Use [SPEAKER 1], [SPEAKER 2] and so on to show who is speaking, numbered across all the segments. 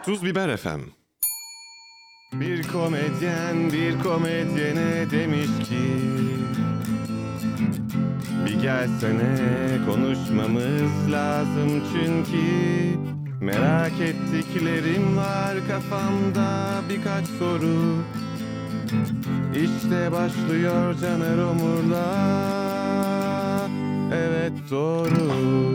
[SPEAKER 1] Tuz Biber FM. Bir komedyen bir komedyene demiş ki, bir gelsene konuşmamız lazım çünkü merak ettiklerim var kafamda, birkaç soru. İşte başlıyor Caner Omur'la. Evet doğru.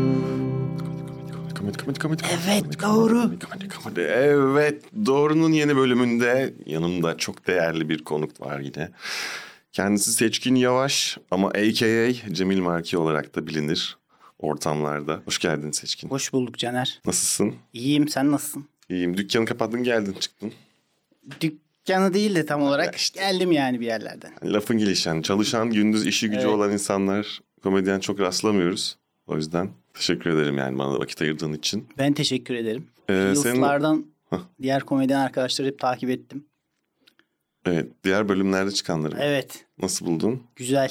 [SPEAKER 2] Evet doğru.
[SPEAKER 1] Evet doğrunun yeni bölümünde yanımda çok değerli bir konuk var yine. Kendisi Seçkin Yavaş ama a.k.a. Cemil Marki olarak da bilinir ortamlarda. Hoş geldin Seçkin.
[SPEAKER 2] Hoş bulduk Caner.
[SPEAKER 1] Nasılsın?
[SPEAKER 2] İyiyim, sen nasılsın?
[SPEAKER 1] İyiyim. Dükkanı kapattın, geldin çıktın.
[SPEAKER 2] Dükkanı değil de tam olarak
[SPEAKER 1] Ya işte.
[SPEAKER 2] geldim yani bir yerlerden.
[SPEAKER 1] Lafın gelişi yani çalışan, gündüz işi gücü
[SPEAKER 2] Evet.
[SPEAKER 1] olan insanlar, komedyen çok rastlamıyoruz. O yüzden teşekkür ederim yani bana da vakit ayırdığın için.
[SPEAKER 2] Ben teşekkür ederim.
[SPEAKER 1] Senin...
[SPEAKER 2] Yıllardan diğer komedyen arkadaşları hep takip ettim.
[SPEAKER 1] Evet, diğer bölümlerde çıkanları.
[SPEAKER 2] Evet.
[SPEAKER 1] Nasıl buldun?
[SPEAKER 2] Güzel.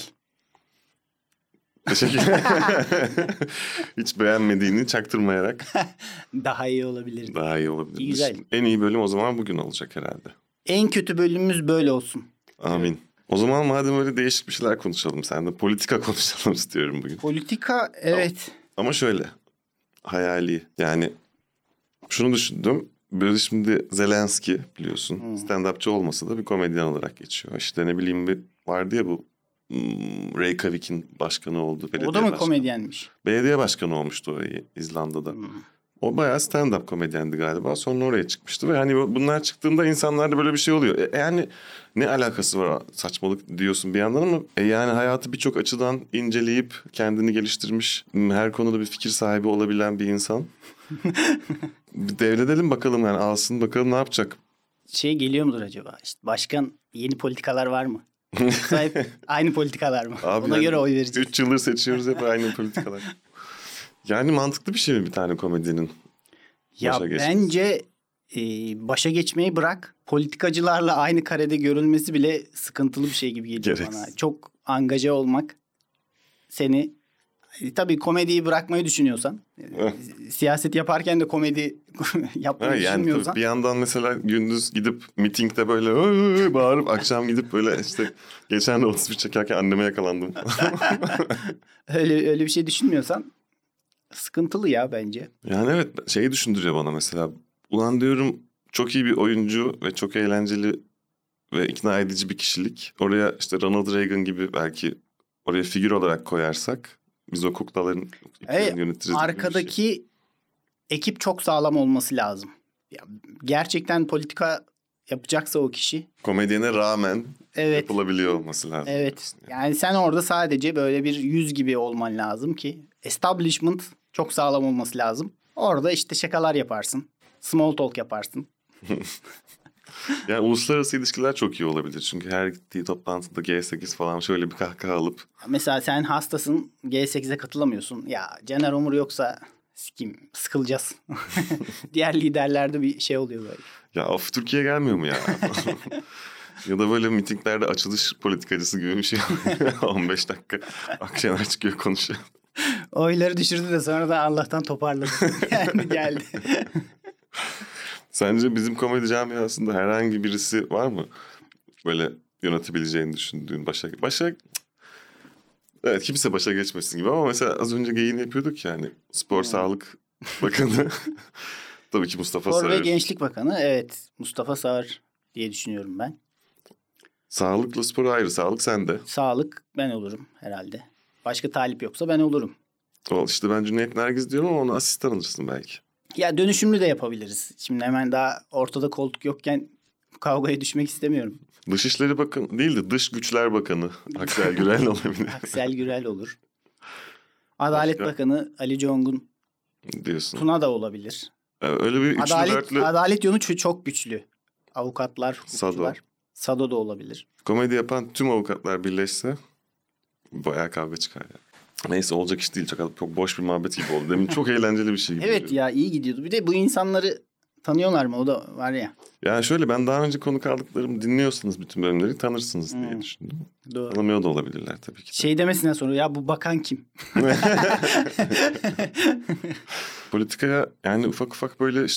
[SPEAKER 1] Teşekkür Hiç beğenmediğini çaktırmayarak
[SPEAKER 2] Daha iyi olabilirdi.
[SPEAKER 1] daha iyi olabilir.
[SPEAKER 2] Güzel.
[SPEAKER 1] En iyi bölüm o zaman bugün olacak herhalde.
[SPEAKER 2] En kötü bölümümüz böyle olsun.
[SPEAKER 1] Amin. O zaman madem öyle değişik bir şeyler konuşalım. Sen de politika konuşalım istiyorum bugün.
[SPEAKER 2] Politika evet.
[SPEAKER 1] Ama şöyle hayali yani şunu düşündüm. Böyle şimdi Zelenski biliyorsun stand-upçı olmasa da bir komedyen olarak geçiyor. İşte ne bileyim bir vardı ya bu Reykjavik'in başkanı oldu.
[SPEAKER 2] O da mı komedyenmiş?
[SPEAKER 1] Belediye başkanı olmuştu o İzlanda'da. O bayağı stand-up komedyendi galiba. Sonra oraya çıkmıştı ve hani bunlar çıktığında insanlarda böyle bir şey oluyor. Yani ne alakası var saçmalık diyorsun bir yandan ama yani hayatı birçok açıdan inceleyip kendini geliştirmiş, her konuda bir fikir sahibi olabilen bir insan. Bir devredelim bakalım yani alsın bakalım ne yapacak.
[SPEAKER 2] Şey geliyor mudur acaba? İşte başkan yeni politikalar var mı? Yoksa hep aynı politikalar mı?
[SPEAKER 1] Abi
[SPEAKER 2] Ona
[SPEAKER 1] yani
[SPEAKER 2] göre oy vereceğiz.
[SPEAKER 1] 3 yıldır seçiyoruz hep aynı politikalar. Yani mantıklı bir şey mi bir tane komedinin
[SPEAKER 2] Ya
[SPEAKER 1] başa geçmesi?
[SPEAKER 2] bence başa geçmeyi bırak. Politikacılarla aynı karede görülmesi bile sıkıntılı bir şey gibi geliyor bana.
[SPEAKER 1] Gereksiz.
[SPEAKER 2] Çok angaja olmak seni tabii komediyi bırakmayı düşünüyorsan, siyaset yaparken de komedi yapmayı
[SPEAKER 1] Yani
[SPEAKER 2] düşünmüyorsan.
[SPEAKER 1] tabii bir yandan mesela gündüz gidip mitingde böyle "Öy!" bağırıp akşam gidip böyle işte geçen de 31 çekerken anneme yakalandım.
[SPEAKER 2] öyle bir şey düşünmüyorsan sıkıntılı ya bence.
[SPEAKER 1] Yani evet şeyi düşündürüyor bana mesela. Ulan diyorum çok iyi bir oyuncu ve çok eğlenceli ve ikna edici bir kişilik. Oraya işte Ronald Reagan gibi belki oraya figür olarak koyarsak biz o kuklaların yönetiriz. gibi bir
[SPEAKER 2] Arkadaki ekip çok sağlam olması lazım. Ya, gerçekten politika yapacaksa o kişi.
[SPEAKER 1] Komedyene rağmen
[SPEAKER 2] Evet.
[SPEAKER 1] yapılabiliyor olması lazım.
[SPEAKER 2] Evet. Yani sen orada sadece böyle bir yüz gibi olman lazım ki establishment çok sağlam olması lazım. Orada işte şakalar yaparsın. Small talk yaparsın.
[SPEAKER 1] Yani uluslararası ilişkiler çok iyi olabilir. Çünkü her gittiği toplantıda G8 falan şöyle bir kahkaha alıp.
[SPEAKER 2] Mesela sen hastasın, G8'e katılamıyorsun. Ya Caner Omur yoksa sikim, sıkılacağız. Diğer liderlerde bir şey oluyor böyle.
[SPEAKER 1] Ya of Türkiye gelmiyor mu ya? Ya da böyle mitinglerde açılış politikacısı gibi bir şey. 15 dakika Akşener çıkıyor konuşuyor.
[SPEAKER 2] Oyları düşürdü de sonra da Allah'tan toparladı. Yani geldi.
[SPEAKER 1] Sence bizim komedi camiasında herhangi birisi var mı? Böyle yönetebileceğini düşündüğün başa... Evet kimse başa geçmesin gibi ama mesela az önce geyiğini yapıyorduk yani. Spor Sağlık Bakanı. Tabii ki Mustafa
[SPEAKER 2] Spor
[SPEAKER 1] Sağır.
[SPEAKER 2] ve Gençlik Bakanı evet Mustafa Sağır diye düşünüyorum ben.
[SPEAKER 1] Sağlıkla spor ayrı. Sağlık sende.
[SPEAKER 2] Sağlık ben olurum herhalde. Başka talip yoksa ben olurum.
[SPEAKER 1] İşte ben Cüneyt Nergiz diyorum ama ona asistan alırsın belki.
[SPEAKER 2] Ya dönüşümlü de yapabiliriz. Şimdi hemen daha ortada koltuk yokken kavgaya düşmek istemiyorum.
[SPEAKER 1] Dışişleri Bakanı değil de Dış Güçler Bakanı Aksel Gürel olabilir.
[SPEAKER 2] Aksel Gürel olur. Adalet
[SPEAKER 1] Başka?
[SPEAKER 2] Bakanı Ali Congun
[SPEAKER 1] Diyorsun.
[SPEAKER 2] Tuna da olabilir.
[SPEAKER 1] Öyle bir üçlü dörtlü
[SPEAKER 2] Adalet yönü çok güçlü. Avukatlar, hukukçular.
[SPEAKER 1] Sado.
[SPEAKER 2] Sado da olabilir.
[SPEAKER 1] Komedi yapan tüm avukatlar birleşse bayağı kavga çıkar ya. Neyse olacak iş değil. Çok boş bir muhabbet gibi oldu. Demin çok eğlenceli bir şey gibi.
[SPEAKER 2] Evet ya iyi gidiyordu. Bir de bu insanları tanıyorlar mı? O da var ya.
[SPEAKER 1] Yani şöyle ben daha önce konuk aldıklarımı dinliyorsanız bütün bölümleri tanırsınız diye düşündüm.
[SPEAKER 2] Doğru.
[SPEAKER 1] Tanımıyor da olabilirler tabii ki.
[SPEAKER 2] Şey demesine sonra ya bu bakan kim?
[SPEAKER 1] Politikaya yani ufak ufak böyle işte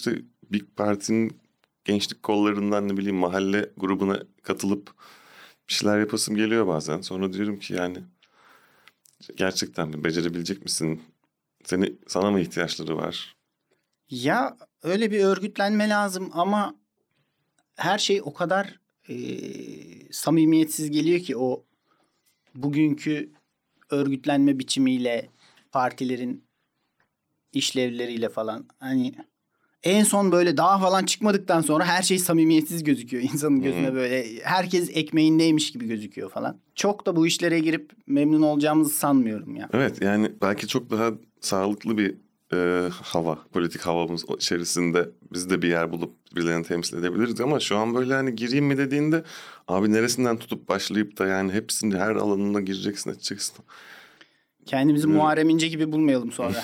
[SPEAKER 1] bir partinin gençlik kollarından ne bileyim mahalle grubuna katılıp bir şeyler yapasım geliyor bazen. Sonra diyorum ki yani gerçekten de becerebilecek misin? Sana mı ihtiyaçları var?
[SPEAKER 2] Ya öyle bir örgütlenme lazım ama her şey o kadar samimiyetsiz geliyor ki o bugünkü örgütlenme biçimiyle, partilerin işlevleriyle falan. Hani en son böyle dağa falan çıkmadıktan sonra her şey samimiyetsiz gözüküyor insanın gözüne, böyle herkes ekmeğindeymiş gibi gözüküyor falan. Çok da bu işlere girip memnun olacağımızı sanmıyorum ya.
[SPEAKER 1] Evet, yani belki çok daha sağlıklı bir politik havamız içerisinde biz de bir yer bulup birilerini temsil edebiliriz ama şu an böyle hani gireyim mi dediğinde abi neresinden tutup başlayıp da yani hepsini her alanına gireceksin, edeceksin.
[SPEAKER 2] Kendimizi Muharrem İnce gibi bulmayalım sonra.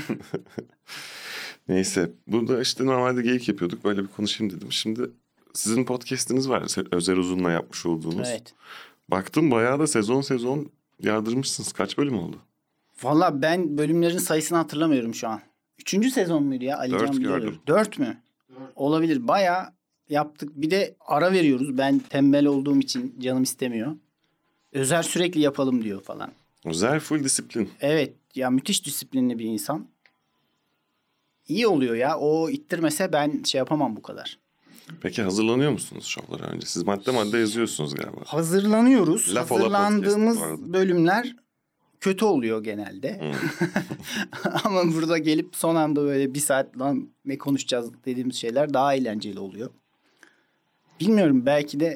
[SPEAKER 1] Neyse, burada işte normalde geyik yapıyorduk, böyle bir konuşayım dedim. Şimdi sizin podcast'iniz var, Özer Uzun'la yapmış olduğunuz.
[SPEAKER 2] Evet.
[SPEAKER 1] Baktım bayağı da sezon yardırmışsınız. Kaç bölüm oldu?
[SPEAKER 2] Valla ben bölümlerin sayısını hatırlamıyorum şu an. 3. sezon muydu ya? Ali
[SPEAKER 1] 4
[SPEAKER 2] Can biliyordur.
[SPEAKER 1] gördüm.
[SPEAKER 2] 4 mü? 4. Olabilir. Bayağı yaptık. Bir de ara veriyoruz. Ben tembel olduğum için canım istemiyor. Özer sürekli yapalım diyor falan.
[SPEAKER 1] Özer full disiplin.
[SPEAKER 2] Evet. Ya müthiş disiplinli bir insan. İyi oluyor ya. O ittirmese ben şey yapamam bu kadar.
[SPEAKER 1] Peki hazırlanıyor musunuz şovlara önce? Siz madde yazıyorsunuz galiba.
[SPEAKER 2] Hazırlanıyoruz.
[SPEAKER 1] Laf ola
[SPEAKER 2] Hazırlandığımız
[SPEAKER 1] podcast bu arada.
[SPEAKER 2] bölümler kötü oluyor genelde. Ama burada gelip son anda böyle bir saat lan ne konuşacağız dediğimiz şeyler daha eğlenceli oluyor. Bilmiyorum, belki de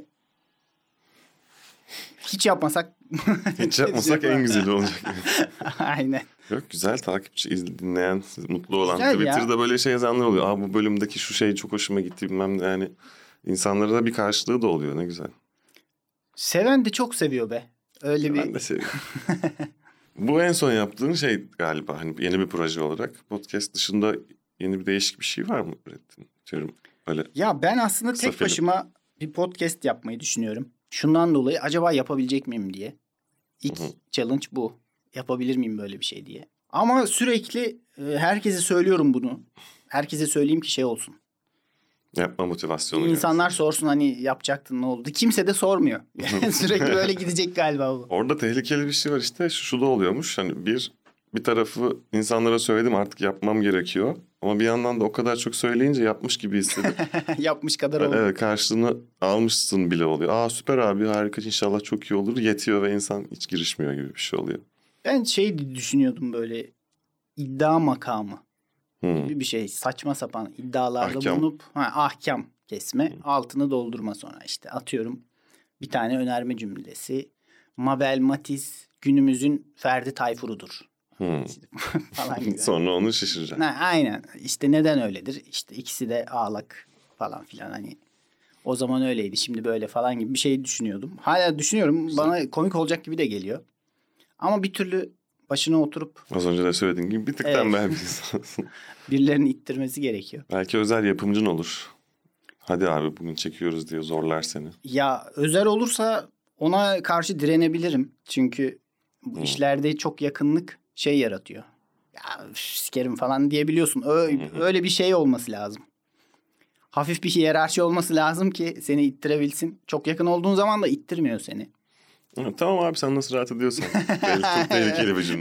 [SPEAKER 2] hiç yapmasak
[SPEAKER 1] Hiç yapmasak en güzeli olacak.
[SPEAKER 2] Aynen.
[SPEAKER 1] Yok, güzel, takipçi, dinleyen, mutlu olan.
[SPEAKER 2] Güzel
[SPEAKER 1] Twitter'da
[SPEAKER 2] ya.
[SPEAKER 1] böyle şey yazanlar oluyor. Aa, bu bölümdeki şu şey çok hoşuma gitti bilmem ne. Yani insanlara da bir karşılığı da oluyor, ne güzel.
[SPEAKER 2] Seven de çok seviyor be. Öyle
[SPEAKER 1] Ben de seviyorum. Bu en son yaptığın şey galiba, hani yeni bir proje olarak. Podcast dışında yeni bir değişik bir şey var mı ürettin? Diyorum öyle.
[SPEAKER 2] Ya ben aslında
[SPEAKER 1] Kısa
[SPEAKER 2] tek
[SPEAKER 1] film.
[SPEAKER 2] başıma bir podcast yapmayı düşünüyorum. Şundan dolayı acaba yapabilecek miyim diye. İlk challenge bu. Yapabilir miyim böyle bir şey diye. Ama sürekli herkese söylüyorum bunu. Herkese söyleyeyim ki şey olsun.
[SPEAKER 1] Yapma motivasyonu.
[SPEAKER 2] İnsanlar sorsun hani yapacaktın ne oldu. Kimse de sormuyor. Yani sürekli böyle gidecek galiba bu.
[SPEAKER 1] Orada tehlikeli bir şey var işte. Şu da oluyormuş. Hani bir tarafı insanlara söyledim, artık yapmam gerekiyor. Ama bir yandan da o kadar çok söyleyince yapmış gibi hissedip
[SPEAKER 2] Yapmış kadar oldu.
[SPEAKER 1] evet, karşılığını almışsın bile oluyor. Aa, süper abi, harika, inşallah çok iyi olur. Yetiyor ve insan hiç girişmiyor gibi bir şey oluyor.
[SPEAKER 2] Ben şey düşünüyordum, böyle iddia makamı gibi bir şey. Saçma sapan iddialarda
[SPEAKER 1] Ahkam.
[SPEAKER 2] bulunup ahkam kesme, altını doldurma sonra işte atıyorum bir tane önerme cümlesi. Mabel Matiz günümüzün Ferdi Tayfur'udur. Falan gibi.
[SPEAKER 1] Sonra onu şaşıracaksın.
[SPEAKER 2] Aynen. İşte neden öyledir? İşte ikisi de ağlak falan filan, hani o zaman öyleydi şimdi böyle falan gibi bir şey düşünüyordum. Hala düşünüyorum. Bana komik olacak gibi de geliyor. Ama bir türlü başına oturup
[SPEAKER 1] Az önce de söylediğin gibi bir tık tembel bir insansın.
[SPEAKER 2] birilerinin ittirmesi gerekiyor.
[SPEAKER 1] Belki özel yapımcın olur. Hadi abi bugün çekiyoruz diye zorlar seni.
[SPEAKER 2] Ya özel olursa ona karşı direnebilirim. Çünkü bu işlerde çok yakınlık şey yaratıyor. Ya sikerim falan diyebiliyorsun. Öyle bir şey olması lazım. Hafif bir hiyerarşi olması lazım ki seni ittirebilsin. Çok yakın olduğun zaman da ittirmiyor seni.
[SPEAKER 1] Tamam abi, sen nasıl rahat ediyorsan. Çok tehlikeli bir cümle.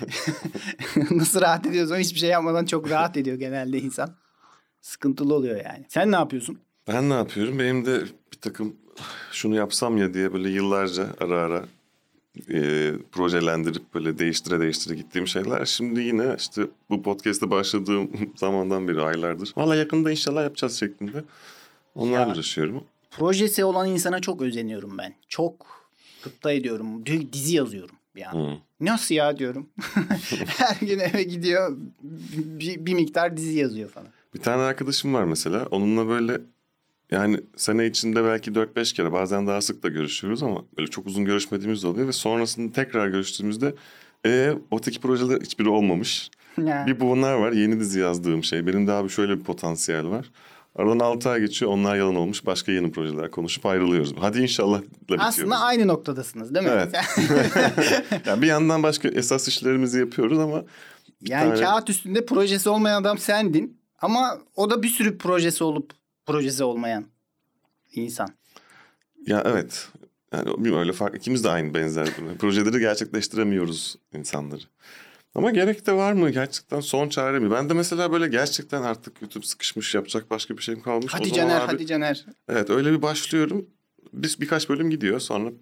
[SPEAKER 2] Nasıl rahat ediyorsan, hiçbir şey yapmadan çok rahat ediyor genelde insan. Sıkıntılı oluyor yani. Sen ne yapıyorsun?
[SPEAKER 1] Ben ne yapıyorum? Benim de bir takım şunu yapsam ya diye böyle yıllarca ara projelendirip böyle değiştire gittiğim şeyler. Şimdi yine işte bu podcast'e başladığım zamandan beri, aylardır. Valla yakında inşallah yapacağız şeklinde. Onlarla uğraşıyorum.
[SPEAKER 2] Projesi olan insana çok özeniyorum ben. Çok gıpta ediyorum. Dizi yazıyorum bir an. Nasıl ya diyorum. Her gün eve gidiyor bir miktar dizi yazıyor falan.
[SPEAKER 1] Bir tane arkadaşım var mesela. Onunla böyle yani sene içinde belki 4-5 kere, bazen daha sık da görüşüyoruz ama böyle çok uzun görüşmediğimiz de oluyor. Ve sonrasında tekrar görüştüğümüzde öteki projeler hiçbiri olmamış. Bir bunlar var, yeni dizi yazdığım şey. Benim de abi şöyle bir potansiyel var. Aradan 6 ay geçiyor, onlar yalan olmuş. Başka yeni projeler konuşup ayrılıyoruz. Hadi inşallah bitiyoruz.
[SPEAKER 2] Aslında aynı noktadasınız değil mi?
[SPEAKER 1] Evet. Yani bir yandan başka esas işlerimizi yapıyoruz ama...
[SPEAKER 2] Yani kağıt üstünde projesi olmayan adam sendin. Ama o da bir sürü projesi olup projesi olmayan insan.
[SPEAKER 1] Ya evet. Yani bilmiyorum, öyle fark. İkimiz de aynı benzer projeleri gerçekleştiremiyoruz insanları. Ama gerek de var mı? Gerçekten son çare mi? Ben de mesela böyle gerçekten artık YouTube sıkışmış, yapacak başka bir şeyim kalmış.
[SPEAKER 2] Hadi
[SPEAKER 1] O zaman
[SPEAKER 2] Caner,
[SPEAKER 1] abi,
[SPEAKER 2] hadi Caner.
[SPEAKER 1] evet, öyle bir başlıyorum. Birkaç bölüm gidiyor, sonra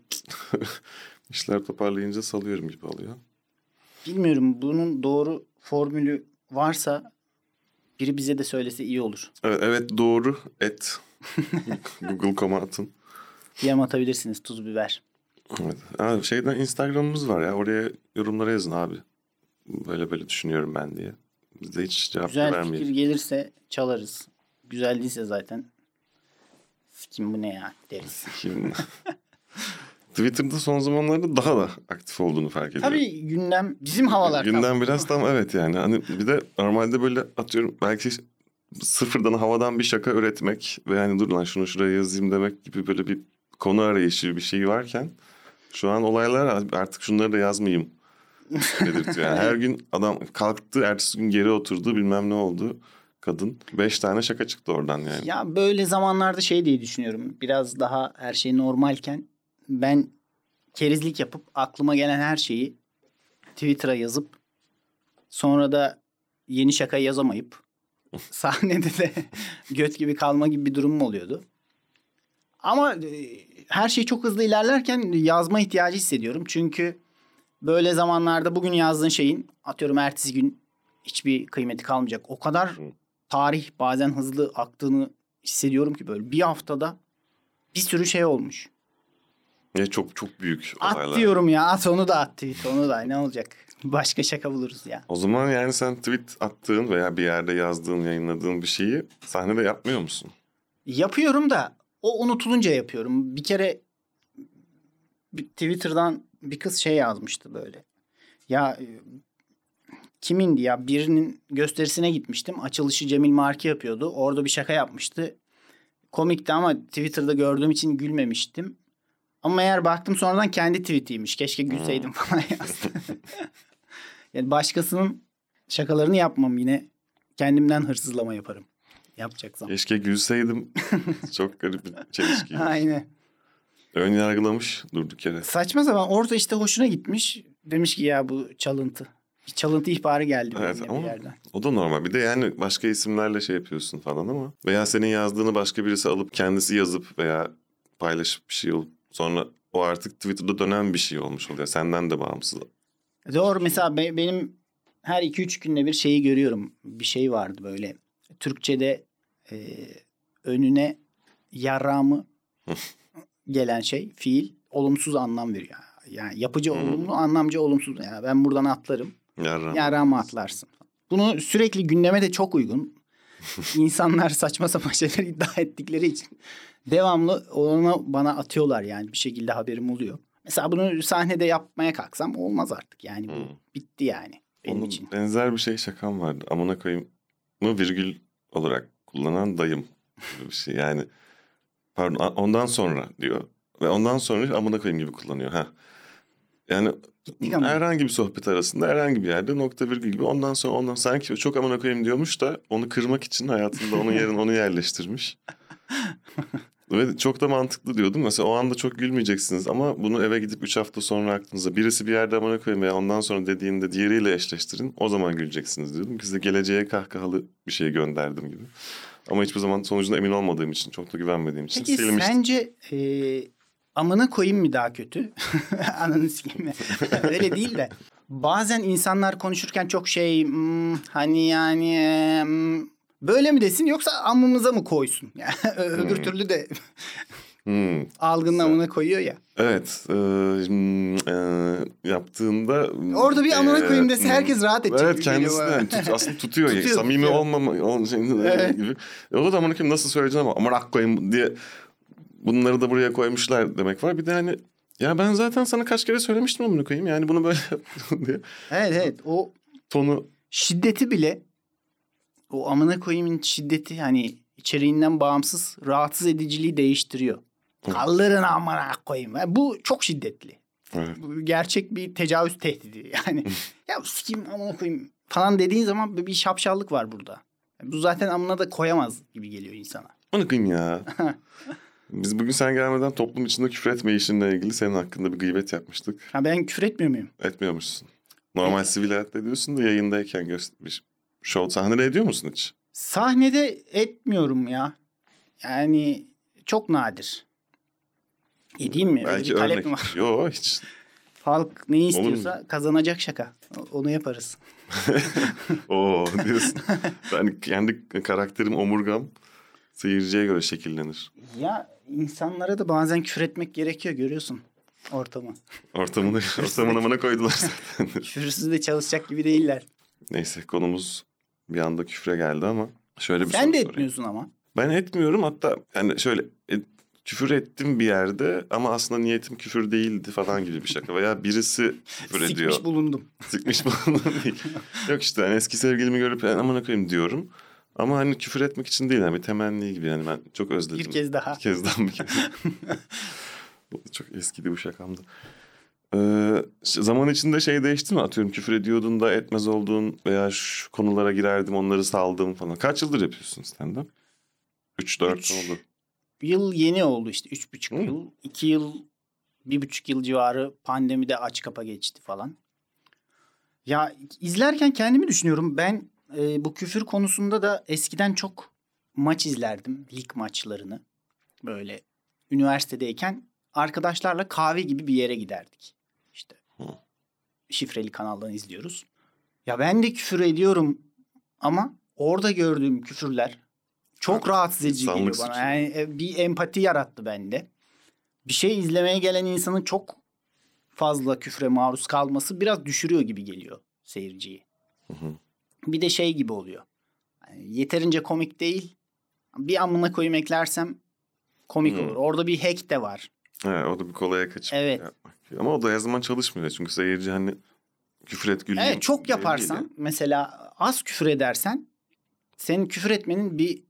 [SPEAKER 1] işler toparlayınca salıyorum gibi oluyor.
[SPEAKER 2] Bilmiyorum, bunun doğru formülü varsa biri bize de söylese iyi olur.
[SPEAKER 1] Evet, evet doğru. Google.com'a atın.
[SPEAKER 2] DM atabilirsiniz, tuz biber.
[SPEAKER 1] Evet. Abi şeyden Instagram'ımız var ya, oraya yorumlara yazın abi. Böyle böyle düşünüyorum ben diye. Biz de hiç cevap
[SPEAKER 2] Güzel
[SPEAKER 1] vermeyelim.
[SPEAKER 2] fikir gelirse çalarız. Güzel değilse zaten sikim bu ne ya deriz.
[SPEAKER 1] Şimdi Twitter'da son zamanlarda daha da aktif olduğunu fark ediyorum.
[SPEAKER 2] Tabii gündem bizim havalar.
[SPEAKER 1] Gündem biraz tam evet yani. Hani bir de normalde böyle atıyorum belki sıfırdan havadan bir şaka üretmek ve yani dur lan şunu şuraya yazayım demek gibi böyle bir konu arayışı bir şey varken şu an olaylar artık şunları da yazmayayım dedirtiyor. Yani her gün adam kalktı, ertesi gün geri oturdu, bilmem ne oldu. Kadın 5 tane şaka çıktı oradan yani.
[SPEAKER 2] Ya böyle zamanlarda şey diye düşünüyorum. Biraz daha her şey normalken ben kerizlik yapıp aklıma gelen her şeyi Twitter'a yazıp sonra da yeni şaka yazamayıp sahnede de göt gibi kalma gibi bir durumum oluyordu. Ama her şey çok hızlı ilerlerken yazma ihtiyacı hissediyorum. Çünkü böyle zamanlarda bugün yazdığın şeyin atıyorum ertesi gün hiçbir kıymeti kalmayacak. O kadar tarih bazen hızlı aktığını hissediyorum ki böyle bir haftada bir sürü şey olmuş.
[SPEAKER 1] Ya çok çok büyük olaylar.
[SPEAKER 2] At diyorum ya, at onu da at tweet, onu da ne olacak? Başka şaka buluruz ya.
[SPEAKER 1] O zaman yani sen tweet attığın veya bir yerde yazdığın, yayınladığın bir şeyi sahnede yapmıyor musun?
[SPEAKER 2] Yapıyorum da o unutulunca yapıyorum. Bir kere Twitter'dan bir kız şey yazmıştı böyle. Ya kimindi ya? Birinin gösterisine gitmiştim. Açılışı Cemil Marki yapıyordu. Orada bir şaka yapmıştı. Komikti ama Twitter'da gördüğüm için gülmemiştim. Ama eğer baktım sonradan kendi tweetiymiş. Keşke gülseydim falan yazdı. Yani başkasının şakalarını yapmam, yine kendimden hırsızlama yaparım. Yapacaksam.
[SPEAKER 1] Keşke gülseydim. Çok garip bir çelişki.
[SPEAKER 2] Aynen.
[SPEAKER 1] Ön yargılamış durduk yere.
[SPEAKER 2] Saçma sapan, orada işte hoşuna gitmiş. Demiş ki ya bu çalıntı. Bir çalıntı ihbarı geldi
[SPEAKER 1] Evet
[SPEAKER 2] bir
[SPEAKER 1] ama
[SPEAKER 2] yerden.
[SPEAKER 1] o da normal. Bir de yani başka isimlerle şey yapıyorsun falan ama. Veya senin yazdığını başka birisi alıp kendisi yazıp veya paylaşıp bir şey olup sonra o artık Twitter'da dönen bir şey olmuş oluyor. Senden de bağımsız.
[SPEAKER 2] Doğru, mesela benim her 2-3 günde bir şeyi görüyorum. Bir şey vardı böyle. Türkçe'de önüne yarramı gelen şey, fiil olumsuz anlam veriyor. Yani yapıcı olumlu, anlamcı olumsuz. Yani ben buradan atlarım. Yarramı atlarsın. Bunu sürekli gündeme de çok uygun. İnsanlar saçma sapan şeyler iddia ettikleri için devamlı onu bana atıyorlar, yani bir şekilde haberim oluyor. Mesela bunu sahnede yapmaya kalksam olmaz artık. Yani bu bitti yani benim
[SPEAKER 1] Onun
[SPEAKER 2] için.
[SPEAKER 1] benzer bir şakam vardı. Amına koyayım mı virgül olarak kullanan dayım gibi bir şey. Yani pardon ondan sonra diyor. Ve ondan sonra amına koyayım gibi kullanıyor. Yani herhangi bir sohbet arasında herhangi bir yerde nokta virgül gibi ondan sanki çok amına koyayım diyormuş da onu kırmak için hayatında onun yerine onu yerleştirmiş. Ve çok da mantıklı diyordum. Mesela o anda çok gülmeyeceksiniz ama bunu eve gidip 3 hafta sonra aklınıza birisi bir yerde amına koyayım veya ondan sonra dediğinde diğeriyle eşleştirin. O zaman güleceksiniz diyordum. Size geleceğe kahkahalı bir şey gönderdim gibi. Ama hiçbir zaman sonucunda emin olmadığım için, çok da güvenmediğim için
[SPEAKER 2] Peki
[SPEAKER 1] silmiştim.
[SPEAKER 2] sence amına koyayım mı daha kötü? Ananı sikeyim mi? Öyle değil de. Bazen insanlar konuşurken çok hani yani böyle mi desin yoksa amımıza mı koysun? Yani öbür türlü de algının amına koyuyor ya.
[SPEAKER 1] Evet. Yaptığında...
[SPEAKER 2] Orada bir amına koyayım dese herkes rahat edecek.
[SPEAKER 1] Evet, kendisi aslında tutuyor.
[SPEAKER 2] Tutuyor,
[SPEAKER 1] Samimi
[SPEAKER 2] tutuyor.
[SPEAKER 1] olmama gibi. O da amına koyayım nasıl söyleyeceğim ama amına koyayım diye bunları da buraya koymuşlar demek var. Bir de hani ya ben zaten sana kaç kere söylemiştim amına koyayım. Yani bunu böyle diye.
[SPEAKER 2] Evet o
[SPEAKER 1] Tonu
[SPEAKER 2] şiddeti bile, o amına koyayımın şiddeti hani içeriğinden bağımsız rahatsız ediciliği değiştiriyor. Kaldırın amına koyayım. Yani bu çok şiddetli.
[SPEAKER 1] evet.
[SPEAKER 2] Bu gerçek bir tecavüz tehdidi. Yani ya sikeyim amına koyayım falan dediğin zaman bir şapşallık var burada. Bu zaten amına da koyamaz gibi geliyor insana.
[SPEAKER 1] Onu kıyım ya. Biz bugün sen gelmeden toplum içinde küfür etme işinle ilgili senin hakkında bir gıybet yapmıştık.
[SPEAKER 2] Ha, ben küfür etmiyor muyum?
[SPEAKER 1] Etmiyormuşsun. Normal sivil hayatta ediyorsun da yayındayken göstermiş. Show sahnede ediyor musun hiç?
[SPEAKER 2] Sahnede etmiyorum ya. Yani çok nadir. Edeyim mi? Öyle
[SPEAKER 1] Belki
[SPEAKER 2] bir talep
[SPEAKER 1] örnek.
[SPEAKER 2] mi var?
[SPEAKER 1] Yok hiç.
[SPEAKER 2] Halk ne istiyorsa kazanacak şaka. Onu yaparız.
[SPEAKER 1] Oo diyorsun. Ben kendi karakterim, omurgam seyirciye göre şekillenir.
[SPEAKER 2] Ya insanlara da bazen küfür etmek gerekiyor, görüyorsun ortamı.
[SPEAKER 1] Ortamına koydular zaten.
[SPEAKER 2] Küfürsüz de çalışacak gibi değiller.
[SPEAKER 1] Neyse konumuz bir anda küfre geldi ama şöyle bir
[SPEAKER 2] Sen
[SPEAKER 1] soru
[SPEAKER 2] de
[SPEAKER 1] sorayım.
[SPEAKER 2] etmiyorsun ama.
[SPEAKER 1] Ben etmiyorum, hatta yani şöyle küfür ettim bir yerde ama aslında niyetim küfür değildi falan gibi bir şaka. Veya birisi küfür ediyor.
[SPEAKER 2] Sikmiş bulundum.
[SPEAKER 1] Sıkmış bulundum değil. Yok işte hani eski sevgilimi görüp amına koyayım diyorum. Ama hani küfür etmek için değil, yani bir temenni gibi, yani ben çok özledim.
[SPEAKER 2] Bir kez daha.
[SPEAKER 1] Bir kez daha bir kez. Çok eskidi bu şakamda. Zaman içinde şey değişti mi? Atıyorum küfür ediyordun da etmez oldun veya şu konulara girerdim onları saldım falan. Kaç yıldır yapıyorsun stand-up? 3-4 oldu.
[SPEAKER 2] Yıl yeni oldu işte. 3,5
[SPEAKER 1] Hı.
[SPEAKER 2] yıl. 2 yıl, 1,5 yıl civarı pandemide aç kapa geçti falan. Ya izlerken kendimi düşünüyorum. Ben bu küfür konusunda da eskiden çok maç izlerdim. Lig maçlarını. Böyle üniversitedeyken arkadaşlarla kahve gibi bir yere giderdik. İşte şifreli kanaldan izliyoruz. Ya ben de küfür ediyorum ama orada gördüğüm küfürler çok rahatsız edici geliyor bana. Yani bir empati yarattı bende. Bir şey izlemeye gelen insanın çok fazla küfre maruz kalması biraz düşürüyor gibi geliyor seyirciyi. Bir de şey gibi oluyor. Yani yeterince komik değil. Bir amına koyayım eklersem komik olur. Orada bir hack de var.
[SPEAKER 1] Evet, o da bir kolaya kaçıp
[SPEAKER 2] Evet.
[SPEAKER 1] yapmak. Ama o da her zaman çalışmıyor. Çünkü seyirci hani küfür et güleyim.
[SPEAKER 2] Evet, çok yaparsan mesela az küfür edersen senin küfür etmenin bir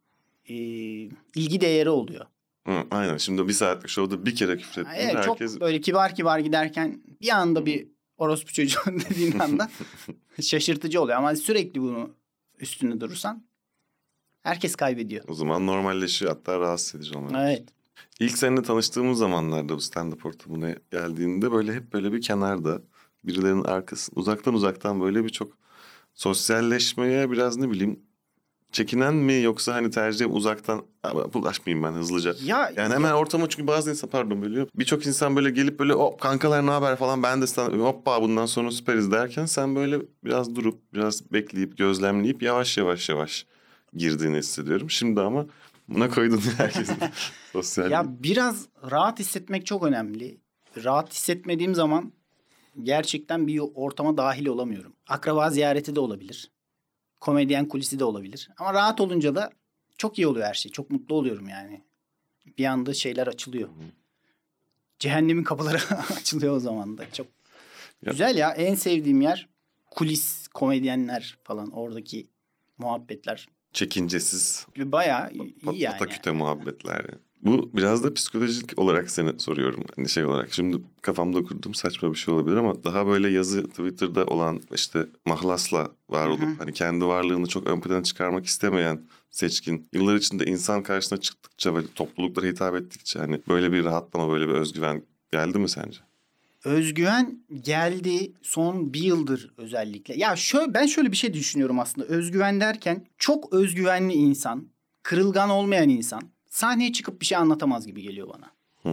[SPEAKER 2] ilgi değeri oluyor.
[SPEAKER 1] Aynen, şimdi bir saatlik şovda bir kere küfür ettiğinde
[SPEAKER 2] Evet,
[SPEAKER 1] herkes...
[SPEAKER 2] çok böyle kibar kibar giderken bir anda bir orospu çocuğu dediğin anda şaşırtıcı oluyor. Ama sürekli bunu üstünde durursan herkes kaybediyor.
[SPEAKER 1] O zaman normalleşiyor, hatta rahatsız edici olmalı.
[SPEAKER 2] Evet.
[SPEAKER 1] İlk seninle tanıştığımız zamanlarda bu stand-up ortamına geldiğinde böyle hep böyle bir kenarda birilerinin arkasında uzaktan böyle bir çok sosyalleşmeye biraz ne bileyim çekinen mi, yoksa hani tercih uzaktan bulaşmayayım ben hızlıca. Yani hemen ortama, çünkü bazı insan pardon bölüyor. Birçok insan böyle gelip böyle hop kankalar ne haber falan, ben de hoppa bundan sonra süperiz derken sen böyle biraz durup biraz bekleyip gözlemleyip yavaş yavaş girdiğini hissediyorum. Şimdi ama buna koydun herkesin sosyal.
[SPEAKER 2] Ya biraz rahat hissetmek çok önemli. Rahat hissetmediğim zaman gerçekten bir ortama dahil olamıyorum. Akraba ziyareti de olabilir. Komedyen kulisi de olabilir. Ama rahat olunca da çok iyi oluyor her şey. Çok mutlu oluyorum yani. Bir anda şeyler açılıyor. Cehennemin kapıları açılıyor o zaman da. Çok güzel ya. En sevdiğim yer kulis, komedyenler falan. Oradaki muhabbetler.
[SPEAKER 1] Çekincesiz.
[SPEAKER 2] Bayağı iyi yani.
[SPEAKER 1] Pataküte muhabbetler yani. Bu biraz da psikolojik olarak seni soruyorum. Hani şey olarak şimdi kafamda kurduğum saçma bir şey olabilir ama daha böyle yazı Twitter'da olan işte mahlasla var olup hani kendi varlığını çok ön plana çıkarmak istemeyen seçkin, yıllar içinde insan karşısına çıktıkça ve topluluklara hitap ettikçe hani böyle bir rahatlama, böyle bir özgüven geldi mi sence?
[SPEAKER 2] Özgüven geldi son bir yıldır özellikle. Ya ben şöyle bir şey düşünüyorum aslında. Özgüven derken çok özgüvenli insan, kırılgan olmayan insan sahneye çıkıp bir şey anlatamaz gibi geliyor bana.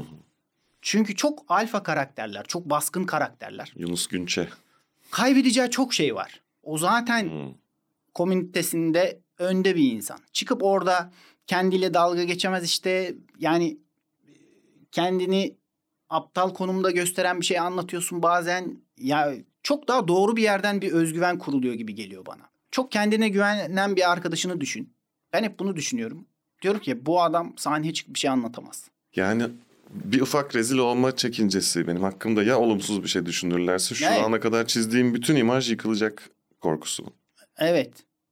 [SPEAKER 2] Çünkü çok alfa karakterler, çok baskın karakterler.
[SPEAKER 1] Yunus Günçe.
[SPEAKER 2] Kaybedeceği çok şey var. O zaten komünitesinde önde bir insan. Çıkıp orada kendiyle dalga geçemez işte. Yani kendini aptal konumda gösteren bir şey anlatıyorsun bazen. Ya çok daha doğru bir yerden bir özgüven kuruluyor gibi geliyor bana. Çok kendine güvenen bir arkadaşını düşün. Ben hep bunu düşünüyorum. Diyorum ki bu adam sahneye çıkıp bir şey anlatamaz.
[SPEAKER 1] Yani bir ufak rezil olma çekincesi benim hakkımda, ya olumsuz bir şey düşünürlerse şu ana kadar çizdiğim bütün imaj yıkılacak korkusu.
[SPEAKER 2] Evet.